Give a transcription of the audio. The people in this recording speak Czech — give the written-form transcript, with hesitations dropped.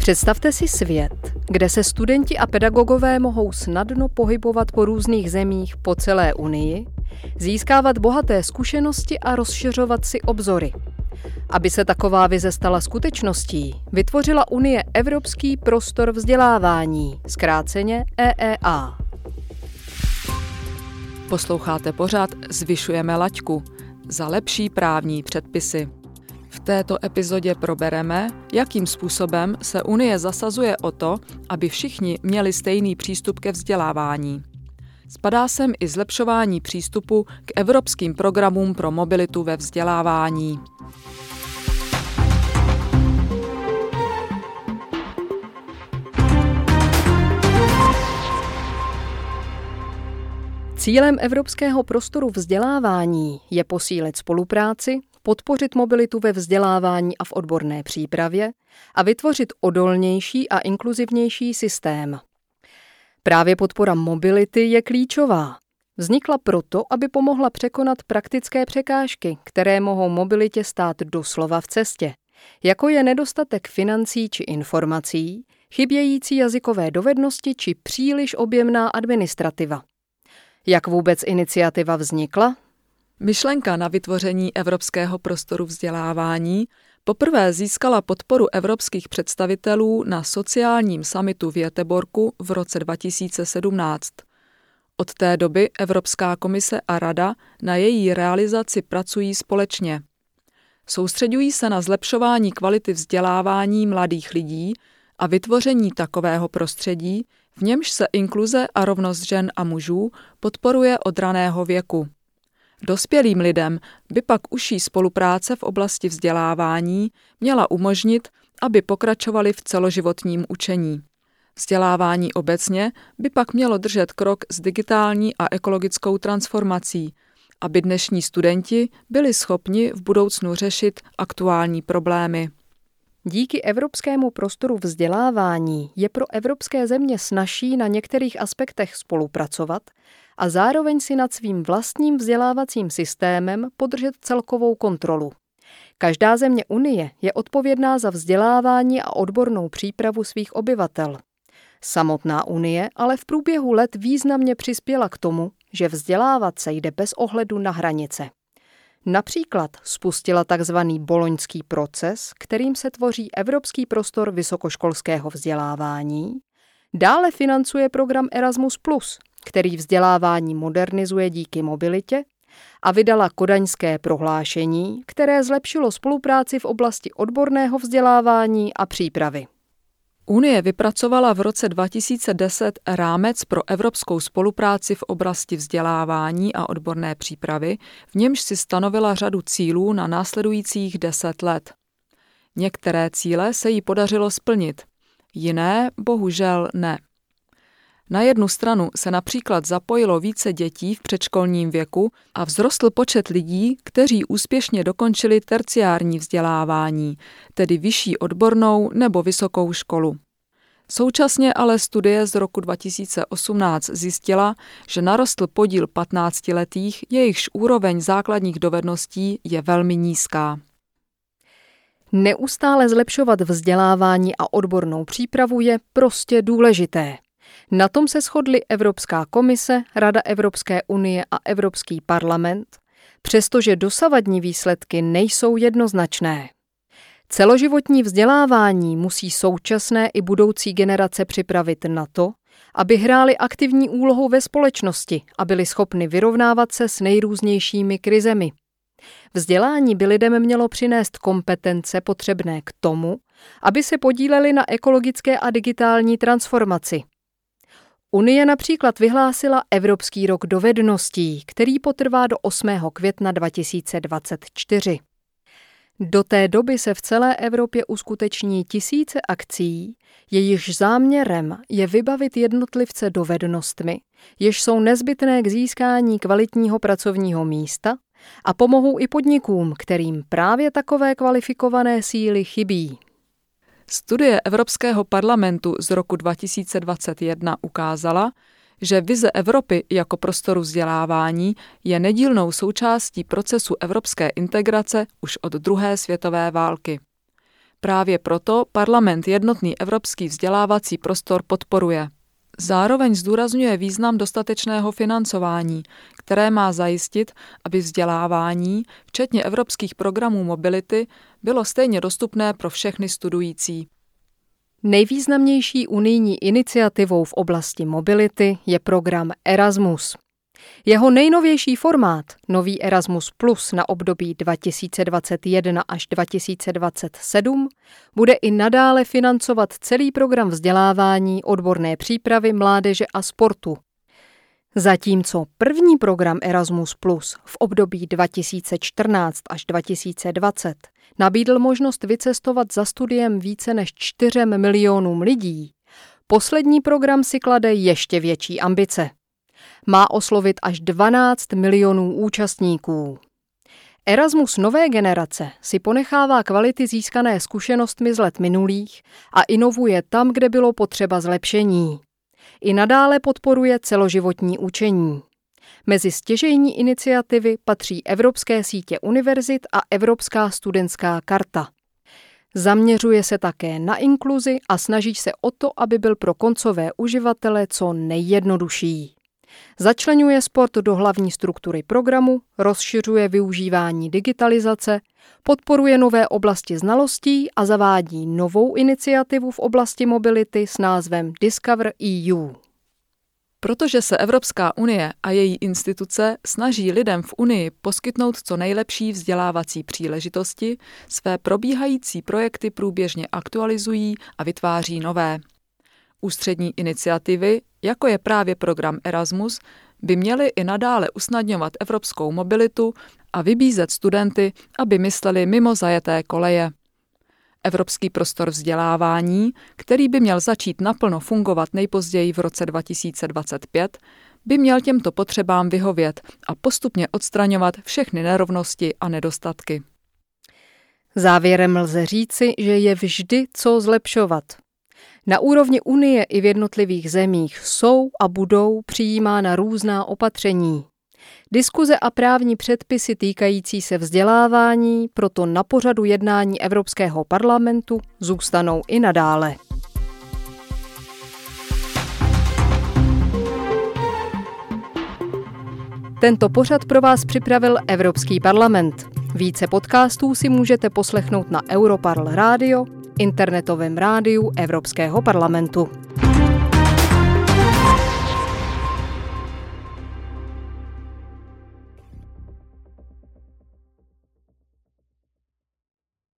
Představte si svět, kde se studenti a pedagogové mohou snadno pohybovat po různých zemích po celé Unii, získávat bohaté zkušenosti a rozšiřovat si obzory. Aby se taková vize stala skutečností, vytvořila Unie Evropský prostor vzdělávání, zkráceně EEA. Posloucháte pořad Zvyšujeme laťku za lepší právní předpisy. V této epizodě probereme, jakým způsobem se Unie zasazuje o to, aby všichni měli stejný přístup ke vzdělávání. Spadá sem i zlepšování přístupu k evropským programům pro mobilitu ve vzdělávání. Cílem Evropského prostoru vzdělávání je posílit spolupráci, podpořit mobilitu ve vzdělávání a v odborné přípravě a vytvořit odolnější a inkluzivnější systém. Právě podpora mobility je klíčová. Vznikla proto, aby pomohla překonat praktické překážky, které mohou mobilitě stát doslova v cestě, jako je nedostatek financí či informací, chybějící jazykové dovednosti či příliš objemná administrativa. Jak vůbec iniciativa vznikla? Myšlenka na vytvoření Evropského prostoru vzdělávání poprvé získala podporu evropských představitelů na sociálním summitu v Göteborgu v roce 2017. Od té doby Evropská komise a Rada na její realizaci pracují společně. Soustřeďují se na zlepšování kvality vzdělávání mladých lidí a vytvoření takového prostředí, v němž se inkluze a rovnost žen a mužů podporuje od raného věku. Dospělým lidem by pak užší spolupráce v oblasti vzdělávání měla umožnit, aby pokračovali v celoživotním učení. Vzdělávání obecně by pak mělo držet krok s digitální a ekologickou transformací, aby dnešní studenti byli schopni v budoucnu řešit aktuální problémy. Díky Evropskému prostoru vzdělávání je pro evropské země snazší na některých aspektech spolupracovat a zároveň si nad svým vlastním vzdělávacím systémem podržet celkovou kontrolu. Každá země Unie je odpovědná za vzdělávání a odbornou přípravu svých obyvatel. Samotná Unie ale v průběhu let významně přispěla k tomu, že vzdělávat se jde bez ohledu na hranice. Například spustila tzv. Boloňský proces, kterým se tvoří Evropský prostor vysokoškolského vzdělávání. Dále financuje program Erasmus+, který vzdělávání modernizuje díky mobilitě, a vydala Kodaňské prohlášení, které zlepšilo spolupráci v oblasti odborného vzdělávání a přípravy. Unie vypracovala v roce 2010 rámec pro evropskou spolupráci v oblasti vzdělávání a odborné přípravy, v němž si stanovila řadu cílů na následujících 10 let. Některé cíle se jí podařilo splnit, jiné bohužel ne. Na jednu stranu se například zapojilo více dětí v předškolním věku a vzrostl počet lidí, kteří úspěšně dokončili terciární vzdělávání, tedy vyšší odbornou nebo vysokou školu. Současně ale studie z roku 2018 zjistila, že narostl podíl 15letých, jejichž úroveň základních dovedností je velmi nízká. Neustále zlepšovat vzdělávání a odbornou přípravu je prostě důležité. Na tom se shodly Evropská komise, Rada Evropské unie a Evropský parlament, přestože dosavadní výsledky nejsou jednoznačné. Celoživotní vzdělávání musí současné i budoucí generace připravit na to, aby hrály aktivní úlohu ve společnosti a byly schopny vyrovnávat se s nejrůznějšími krizemi. Vzdělání by lidem mělo přinést kompetence potřebné k tomu, aby se podíleli na ekologické a digitální transformaci. Unie například vyhlásila Evropský rok dovedností, který potrvá do 8. května 2024. Do té doby se v celé Evropě uskuteční tisíce akcí, jejichž záměrem je vybavit jednotlivce dovednostmi, jež jsou nezbytné k získání kvalitního pracovního místa a pomohou i podnikům, kterým právě takové kvalifikované síly chybí. Studie Evropského parlamentu z roku 2021 ukázala, že vize Evropy jako prostoru vzdělávání je nedílnou součástí procesu evropské integrace už od druhé světové války. Právě proto Parlament jednotný evropský vzdělávací prostor podporuje. Zároveň zdůrazňuje význam dostatečného financování, které má zajistit, aby vzdělávání, včetně evropských programů mobility, bylo stejně dostupné pro všechny studující. Nejvýznamnější unijní iniciativou v oblasti mobility je program Erasmus. Jeho nejnovější formát, nový Erasmus Plus na období 2021 až 2027, bude i nadále financovat celý program vzdělávání, odborné přípravy, mládeže a sportu. Zatímco první program Erasmus Plus v období 2014 až 2020 nabídl možnost vycestovat za studiem více než 4 milionům lidí, poslední program si klade ještě větší ambice. Má oslovit až 12 milionů účastníků. Erasmus nové generace si ponechává kvality získané zkušenostmi z let minulých a inovuje tam, kde bylo potřeba zlepšení. I nadále podporuje celoživotní učení. Mezi stěžejní iniciativy patří Evropské sítě univerzit a Evropská studentská karta. Zaměřuje se také na inkluzi a snaží se o to, aby byl pro koncové uživatele co nejjednodušší. Začleňuje sport do hlavní struktury programu, rozšiřuje využívání digitalizace, podporuje nové oblasti znalostí a zavádí novou iniciativu v oblasti mobility s názvem Discover EU. Protože se Evropská unie a její instituce snaží lidem v Unii poskytnout co nejlepší vzdělávací příležitosti, své probíhající projekty průběžně aktualizují a vytváří nové. Ústřední iniciativy, jako je právě program Erasmus, by měly i nadále usnadňovat evropskou mobilitu a vybízet studenty, aby mysleli mimo zajeté koleje. Evropský prostor vzdělávání, který by měl začít naplno fungovat nejpozději v roce 2025, by měl těmto potřebám vyhovět a postupně odstraňovat všechny nerovnosti a nedostatky. Závěrem lze říci, že je vždy co zlepšovat. Na úrovni Unie i v jednotlivých zemích jsou a budou přijímána různá opatření. Diskuze a právní předpisy týkající se vzdělávání proto na pořadu jednání Evropského parlamentu zůstanou i nadále. Tento pořad pro vás připravil Evropský parlament. Více podcastů si můžete poslechnout na Europarl Radio, internetovém rádiu Evropského parlamentu.